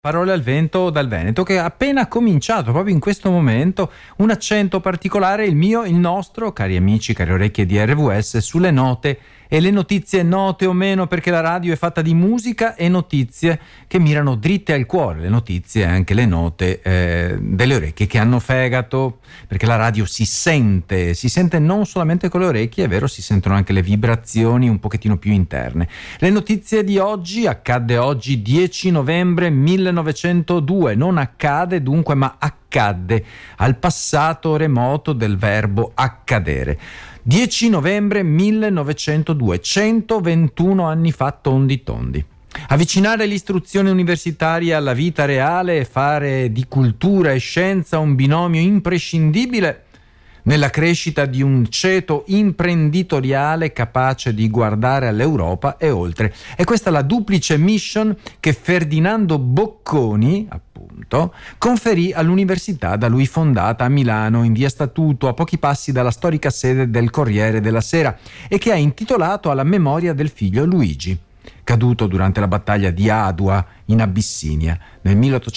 Parole al vento dal Veneto, che ha appena cominciato, proprio in questo momento, un accento particolare, il mio, il nostro, cari amici, cari orecchie di RVS, sulle note e le notizie note o meno, perché la radio è fatta di musica e notizie che mirano dritte al cuore, le notizie e anche le note delle orecchie che hanno fegato, perché la radio si sente non solamente con le orecchie, è vero, si sentono anche le vibrazioni un pochettino più interne. Le notizie di oggi: accadde oggi 10 novembre 1902, non accade dunque ma accadde, al passato remoto del verbo accadere. 10 novembre 1902, 121 anni fa tondi tondi. Avvicinare l'istruzione universitaria alla vita reale e fare di cultura e scienza un binomio imprescindibile nella crescita di un ceto imprenditoriale capace di guardare all'Europa e oltre. E questa è la duplice mission che Ferdinando Bocconi, appunto, conferì all'università da lui fondata a Milano in via Statuto, a pochi passi dalla storica sede del Corriere della Sera, e che ha intitolato alla memoria del figlio Luigi, caduto durante la battaglia di Adua in Abissinia nel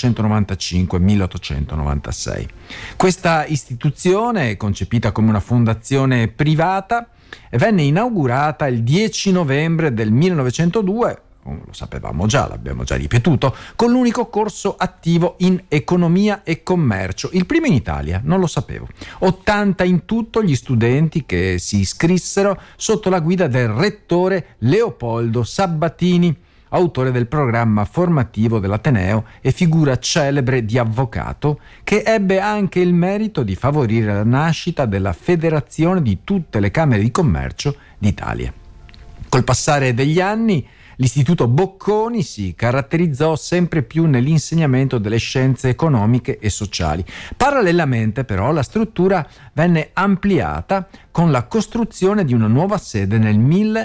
1895-1896. Questa istituzione, concepita come una fondazione privata, venne inaugurata il 10 novembre del 1902, lo sapevamo già, l'abbiamo già ripetuto, con l'unico corso attivo in economia e commercio, il primo in Italia, non lo sapevo. 80 in tutto gli studenti che si iscrissero sotto la guida del rettore Leopoldo Sabbatini, autore del programma formativo dell'Ateneo e figura celebre di avvocato, che ebbe anche il merito di favorire la nascita della Federazione di tutte le Camere di Commercio d'Italia. Col passare degli anni, l'Istituto Bocconi si caratterizzò sempre più nell'insegnamento delle scienze economiche e sociali. Parallelamente, però, la struttura venne ampliata con la costruzione di una nuova sede nel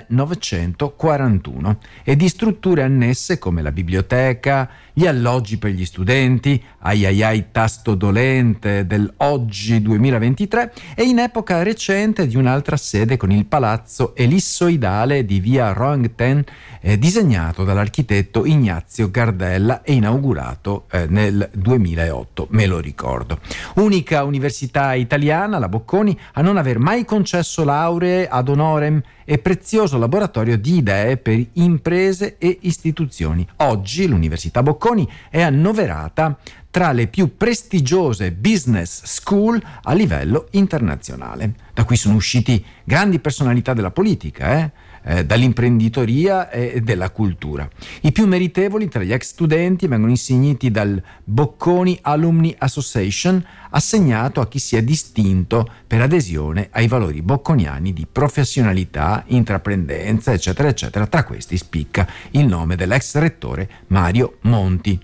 1941 e di strutture annesse come la biblioteca, gli alloggi per gli studenti, tasto dolente del oggi 2023, e in epoca recente di un'altra sede con il palazzo ellissoidale di via Roentgen, disegnato dall'architetto Ignazio Gardella e inaugurato nel 2008, me lo ricordo. Unica università italiana, la Bocconi, a non aver mai concesso lauree ad honorem e prezioso laboratorio di idee per imprese e istituzioni. Oggi l'Università Bocconi è annoverata tra le più prestigiose business school a livello internazionale. Da qui sono usciti grandi personalità della politica, dall'imprenditoria e della cultura. I più meritevoli tra gli ex studenti vengono insigniti dal Bocconi Alumni Association, assegnato a chi si è distinto per adesione ai valori bocconiani di professionalità, intraprendenza, eccetera, eccetera. Tra questi spicca il nome dell'ex rettore Mario Monti.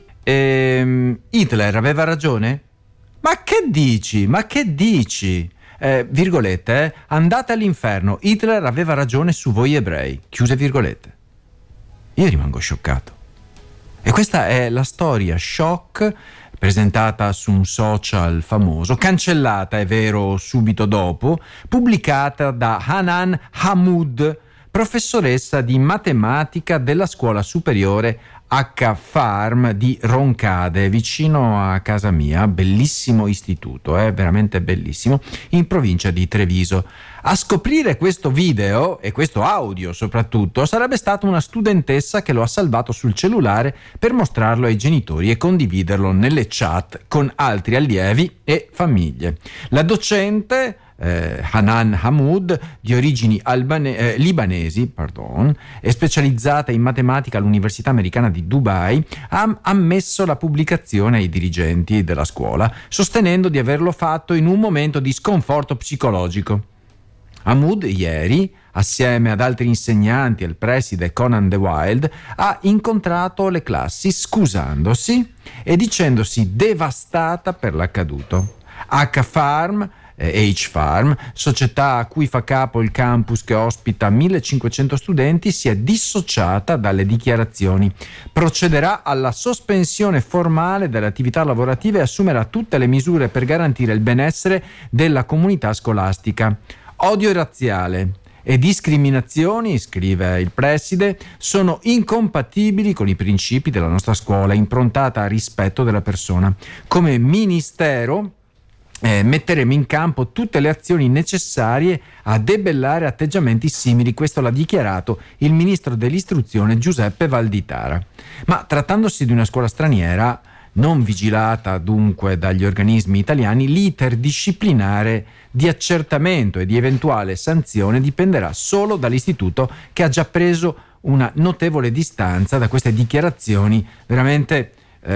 Hitler aveva ragione? Ma che dici? Virgolette, andate all'inferno, Hitler aveva ragione su voi ebrei, chiuse virgolette. Io rimango scioccato. E questa è la storia shock presentata su un social famoso, cancellata, è vero, subito dopo, pubblicata da Hanan Hamoud, professoressa di matematica della scuola superiore H-Farm di Roncade, vicino a casa mia, bellissimo istituto, veramente bellissimo, in provincia di Treviso. A scoprire questo video e questo audio soprattutto sarebbe stata una studentessa che lo ha salvato sul cellulare per mostrarlo ai genitori e condividerlo nelle chat con altri allievi e famiglie. La docente Hanan Hamoud, di origini libanesi, è specializzata in matematica all'Università Americana di Dubai, ha ammesso la pubblicazione ai dirigenti della scuola, sostenendo di averlo fatto in un momento di sconforto psicologico. Hamoud ieri, assieme ad altri insegnanti e al preside Conan De Wild, ha incontrato le classi scusandosi e dicendosi devastata per l'accaduto. H-Farm, società a cui fa capo il campus che ospita 1500 studenti, si è dissociata dalle dichiarazioni. Procederà alla sospensione formale delle attività lavorative e assumerà tutte le misure per garantire il benessere della comunità scolastica. Odio razziale e discriminazioni, scrive il preside, sono incompatibili con i principi della nostra scuola, improntata al rispetto della persona. Come Ministero metteremo in campo tutte le azioni necessarie a debellare atteggiamenti simili. Questo l'ha dichiarato il ministro dell'istruzione Giuseppe Valditara. Ma trattandosi di una scuola straniera, non vigilata dunque dagli organismi italiani, l'iter disciplinare di accertamento e di eventuale sanzione dipenderà solo dall'istituto, che ha già preso una notevole distanza da queste dichiarazioni veramente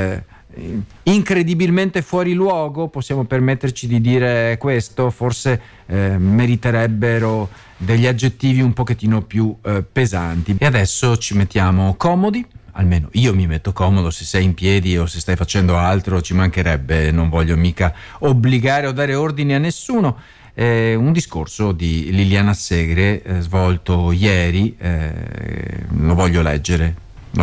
incredibilmente fuori luogo. Possiamo permetterci di dire questo? Forse meriterebbero degli aggettivi un pochettino più pesanti. E adesso ci mettiamo comodi. Almeno io mi metto comodo, se sei in piedi o se stai facendo altro ci mancherebbe, non voglio mica obbligare o dare ordini a nessuno. Un discorso di Liliana Segre svolto ieri, lo voglio leggere.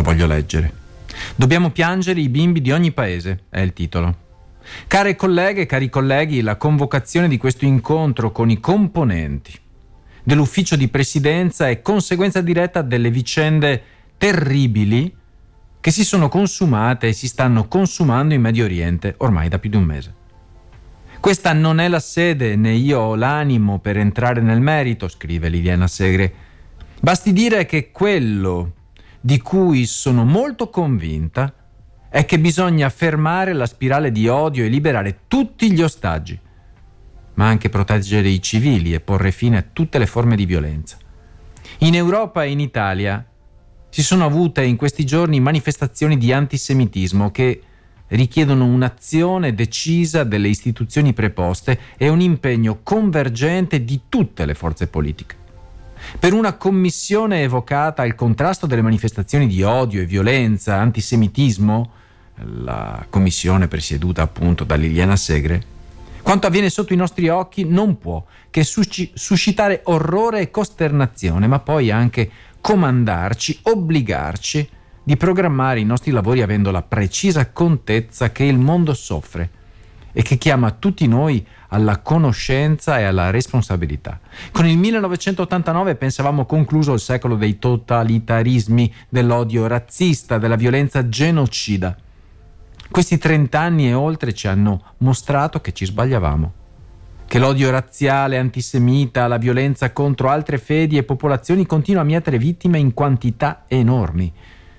Dobbiamo piangere i bimbi di ogni paese, è il titolo. Care colleghe e cari colleghi, la convocazione di questo incontro con i componenti dell'ufficio di presidenza è conseguenza diretta delle vicende terribili che si sono consumate e si stanno consumando in Medio Oriente ormai da più di un mese. Questa non è la sede, né io ho l'animo per entrare nel merito, scrive Liliana Segre. Basti dire che quello di cui sono molto convinta è che bisogna fermare la spirale di odio e liberare tutti gli ostaggi, ma anche proteggere i civili e porre fine a tutte le forme di violenza. In Europa e in Italia si sono avute in questi giorni manifestazioni di antisemitismo che richiedono un'azione decisa delle istituzioni preposte e un impegno convergente di tutte le forze politiche. Per una commissione evocata al contrasto delle manifestazioni di odio e violenza, antisemitismo, la commissione presieduta appunto da Liliana Segre, quanto avviene sotto i nostri occhi non può che suscitare orrore e costernazione, ma poi anche comandarci, obbligarci di programmare i nostri lavori avendo la precisa contezza che il mondo soffre e che chiama tutti noi alla conoscenza e alla responsabilità. Con il 1989 pensavamo concluso il secolo dei totalitarismi, dell'odio razzista, della violenza genocida. Questi 30 anni e oltre ci hanno mostrato che ci sbagliavamo, che l'odio razziale, antisemita, la violenza contro altre fedi e popolazioni continua a mietere vittime in quantità enormi.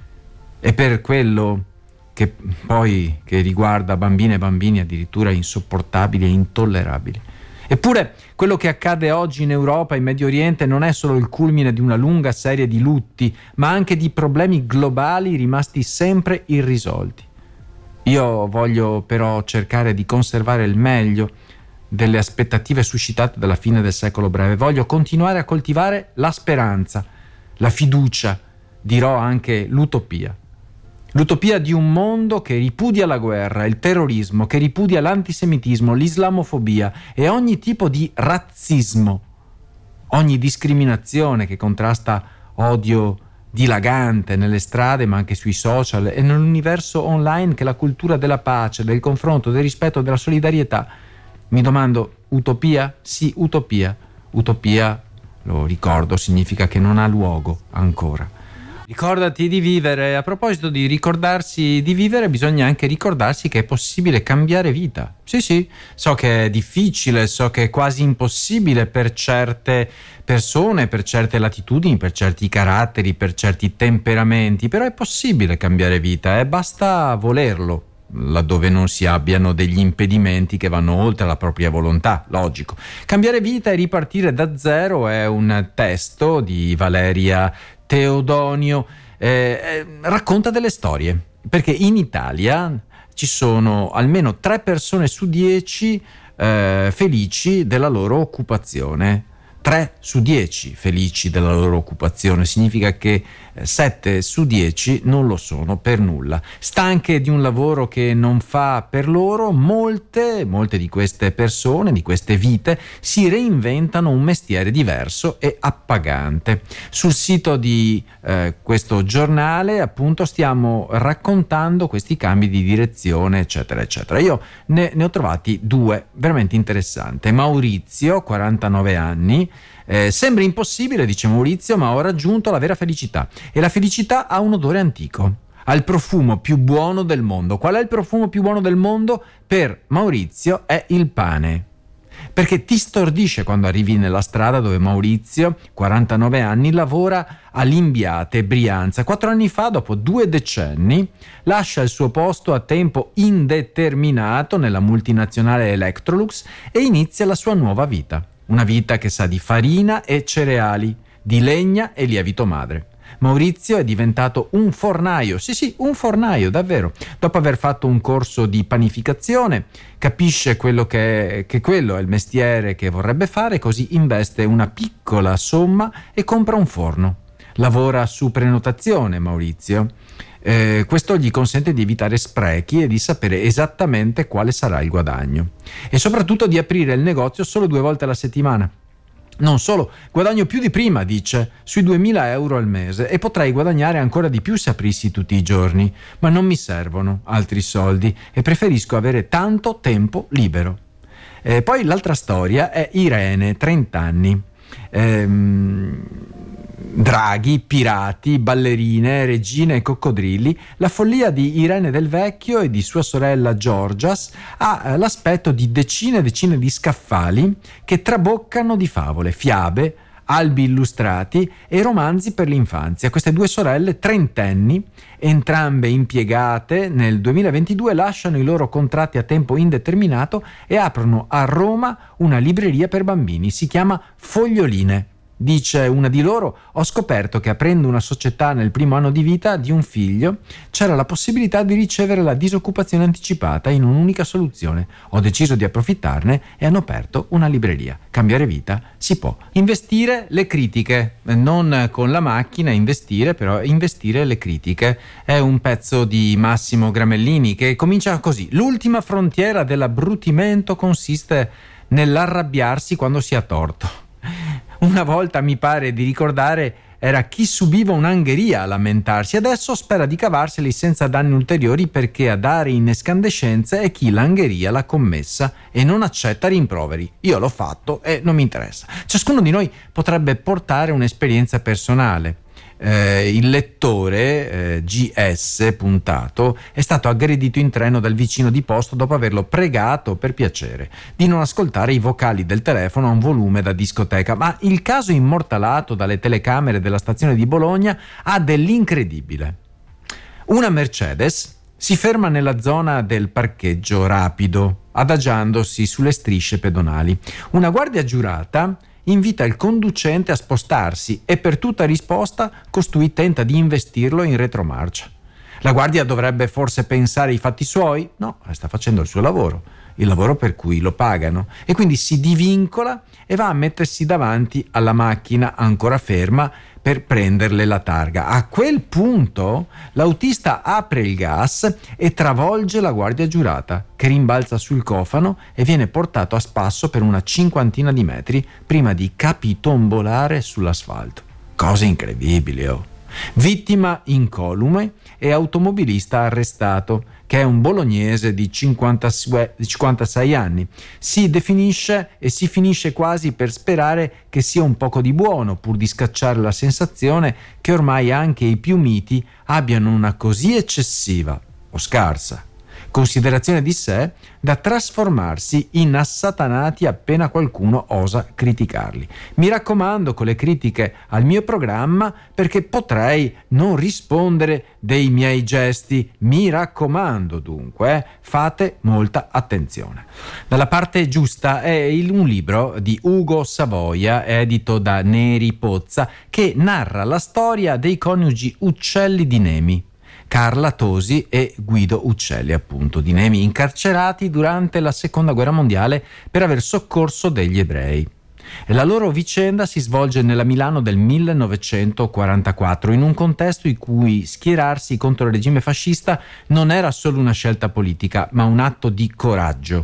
E per quello che riguarda bambine e bambini addirittura insopportabili e intollerabili. Eppure quello che accade oggi in Europa e in Medio Oriente non è solo il culmine di una lunga serie di lutti, ma anche di problemi globali rimasti sempre irrisolti. Io voglio però cercare di conservare il meglio delle aspettative suscitate dalla fine del secolo breve. Voglio continuare a coltivare la speranza, la fiducia, dirò anche l'utopia. L'utopia di un mondo che ripudia la guerra, il terrorismo, che ripudia l'antisemitismo, l'islamofobia e ogni tipo di razzismo, ogni discriminazione che contrasta odio dilagante nelle strade ma anche sui social e nell'universo online, che è la cultura della pace, del confronto, del rispetto, della solidarietà. Mi domando, utopia? Sì, utopia. Utopia, lo ricordo, significa che non ha luogo ancora. Ricordati di vivere. A proposito di ricordarsi di vivere, bisogna anche ricordarsi che è possibile cambiare vita. Sì, so che è difficile, so che è quasi impossibile per certe persone, per certe latitudini, per certi caratteri, per certi temperamenti, però è possibile cambiare vita e basta volerlo, laddove non si abbiano degli impedimenti che vanno oltre la propria volontà, logico. Cambiare vita e ripartire da zero è un testo di Valeria Teodonio, racconta delle storie, perché in Italia ci sono almeno 3 persone su 10 felici della loro occupazione. 3 su 10 felici della loro occupazione, significa che 7 su 10 non lo sono per nulla. Stanche di un lavoro che non fa per loro, molte di queste persone, di queste vite, si reinventano un mestiere diverso e appagante. Sul sito di questo giornale, appunto, stiamo raccontando questi cambi di direzione, eccetera, eccetera. Io ne ho trovati 2 veramente interessanti. Maurizio, 49 anni, anni. Sembra impossibile, dice Maurizio, ma ho raggiunto la vera felicità. E la felicità ha un odore antico, ha il profumo più buono del mondo. Qual è il profumo più buono del mondo? Per Maurizio è il pane. Perché ti stordisce quando arrivi nella strada dove Maurizio, 49 anni, lavora a Limbiate, Brianza. 4 anni fa, dopo 2 decenni, lascia il suo posto a tempo indeterminato nella multinazionale Electrolux e inizia la sua nuova vita. Una vita che sa di farina e cereali, di legna e lievito madre. Maurizio è diventato un fornaio, sì, un fornaio, davvero. Dopo aver fatto un corso di panificazione, capisce che quello è il mestiere che vorrebbe fare, così investe una piccola somma e compra un forno. Lavora su prenotazione, Maurizio. Questo gli consente di evitare sprechi e di sapere esattamente quale sarà il guadagno. E soprattutto di aprire il negozio solo 2 volte alla settimana. Non solo, guadagno più di prima, dice, sui 2.000 euro al mese, e potrei guadagnare ancora di più se aprissi tutti i giorni, ma non mi servono altri soldi e preferisco avere tanto tempo libero. Poi l'altra storia è Irene, 30 anni. Draghi, pirati, ballerine, regine e coccodrilli, la follia di Irene Del Vecchio e di sua sorella Georgias ha l'aspetto di decine e decine di scaffali che traboccano di favole, fiabe, albi illustrati e romanzi per l'infanzia. Queste 2 sorelle trentenni, entrambe impiegate, nel 2022 lasciano i loro contratti a tempo indeterminato e aprono a Roma una libreria per bambini. Si chiama Foglioline. Dice una di loro: ho scoperto che aprendo una società nel primo anno di vita di un figlio c'era la possibilità di ricevere la disoccupazione anticipata in un'unica soluzione. Ho deciso di approfittarne e hanno aperto una libreria. Cambiare vita si può. Investire le critiche, non con la macchina investire, però investire le critiche. È un pezzo di Massimo Gramellini che comincia così: l'ultima frontiera dell'abbrutimento consiste nell'arrabbiarsi quando si ha torto. Una volta, mi pare di ricordare, era chi subiva un'angheria a lamentarsi, adesso spera di cavarseli senza danni ulteriori perché a dare in escandescenza è chi l'angheria l'ha commessa e non accetta rimproveri. Io l'ho fatto e non mi interessa. Ciascuno di noi potrebbe portare un'esperienza personale. Il lettore GS puntato è stato aggredito in treno dal vicino di posto dopo averlo pregato per piacere di non ascoltare i vocali del telefono a un volume da discoteca, ma il caso immortalato dalle telecamere della stazione di Bologna ha dell'incredibile. Una Mercedes si ferma nella zona del parcheggio rapido, adagiandosi sulle strisce pedonali. Una guardia giurata invita il conducente a spostarsi e per tutta risposta costui tenta di investirlo in retromarcia. La guardia dovrebbe forse pensare ai fatti suoi? No, sta facendo il suo lavoro, il lavoro per cui lo pagano, e quindi si divincola e va a mettersi davanti alla macchina ancora ferma per prenderle la targa. A quel punto l'autista apre il gas e travolge la guardia giurata, che rimbalza sul cofano e viene portato a spasso per una 50 di metri prima di capitombolare sull'asfalto. Cose incredibili, oh! Vittima incolume e automobilista arrestato, che è un bolognese di 56 anni. Si definisce e si finisce quasi per sperare che sia un poco di buono, pur di scacciare la sensazione che ormai anche i più miti abbiano una così eccessiva o scarsa considerazione di sé da trasformarsi in assatanati appena qualcuno osa criticarli. Mi raccomando con le critiche al mio programma, perché potrei non rispondere dei miei gesti. Mi raccomando dunque, fate molta attenzione. Dalla parte giusta è un libro di Ugo Savoia, edito da Neri Pozza, che narra la storia dei coniugi Uccelli di Nemi, Carla Tosi e Guido Uccelli, appunto, di Nemi, incarcerati durante la Seconda Guerra Mondiale per aver soccorso degli ebrei. E la loro vicenda si svolge nella Milano del 1944, in un contesto in cui schierarsi contro il regime fascista non era solo una scelta politica, ma un atto di coraggio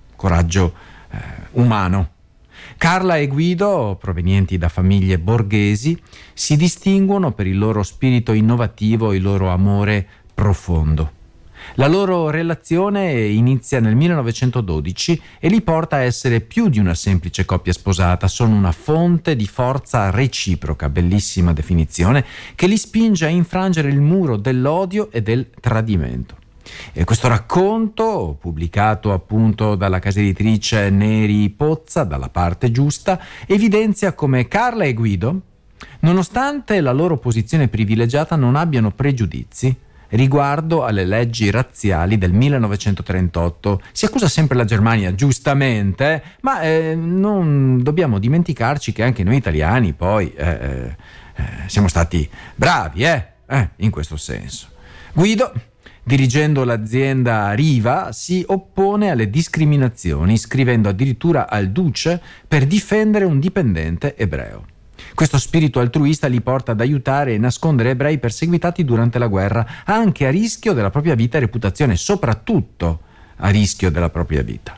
umano. Carla e Guido, provenienti da famiglie borghesi, si distinguono per il loro spirito innovativo e il loro amore profondo. La loro relazione inizia nel 1912 e li porta a essere più di una semplice coppia sposata. Sono una fonte di forza reciproca, bellissima definizione, che li spinge a infrangere il muro dell'odio e del tradimento. E questo racconto, pubblicato appunto dalla casa editrice Neri Pozza, Dalla parte giusta, evidenzia come Carla e Guido, nonostante la loro posizione privilegiata, non abbiano pregiudizi riguardo alle leggi razziali del 1938. Si accusa sempre la Germania, giustamente, ma non dobbiamo dimenticarci che anche noi italiani poi siamo stati bravi in questo senso. Guido, dirigendo l'azienda Riva, si oppone alle discriminazioni, scrivendo addirittura al duce per difendere un dipendente ebreo. Questo spirito altruista li porta ad aiutare e nascondere ebrei perseguitati durante la guerra, anche a rischio della propria vita e reputazione, soprattutto a rischio della propria vita.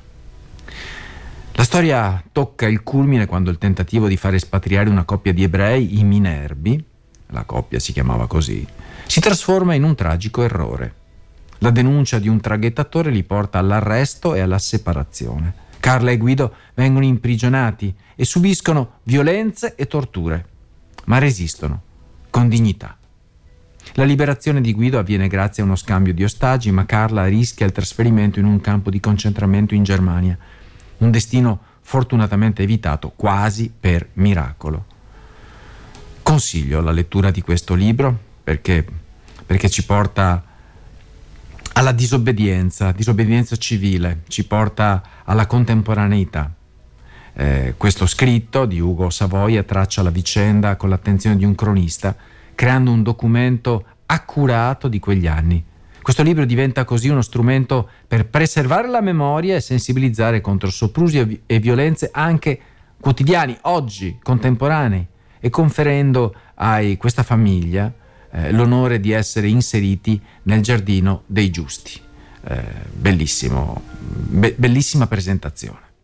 La storia tocca il culmine quando il tentativo di far espatriare una coppia di ebrei, i Minerbi, la coppia si chiamava così, si trasforma in un tragico errore. La denuncia di un traghettatore li porta all'arresto e alla separazione. Carla e Guido vengono imprigionati e subiscono violenze e torture, ma resistono con dignità. La liberazione di Guido avviene grazie a uno scambio di ostaggi, ma Carla rischia il trasferimento in un campo di concentramento in Germania, un destino fortunatamente evitato quasi per miracolo. Consiglio la lettura di questo libro perché ci porta alla disobbedienza civile, ci porta alla contemporaneità. Questo scritto di Ugo Savoia traccia la vicenda con l'attenzione di un cronista, creando un documento accurato di quegli anni. Questo libro diventa così uno strumento per preservare la memoria e sensibilizzare contro soprusi e violenze anche quotidiani, oggi, contemporanei, e conferendo a questa famiglia l'onore di essere inseriti nel giardino dei giusti. Bellissima presentazione.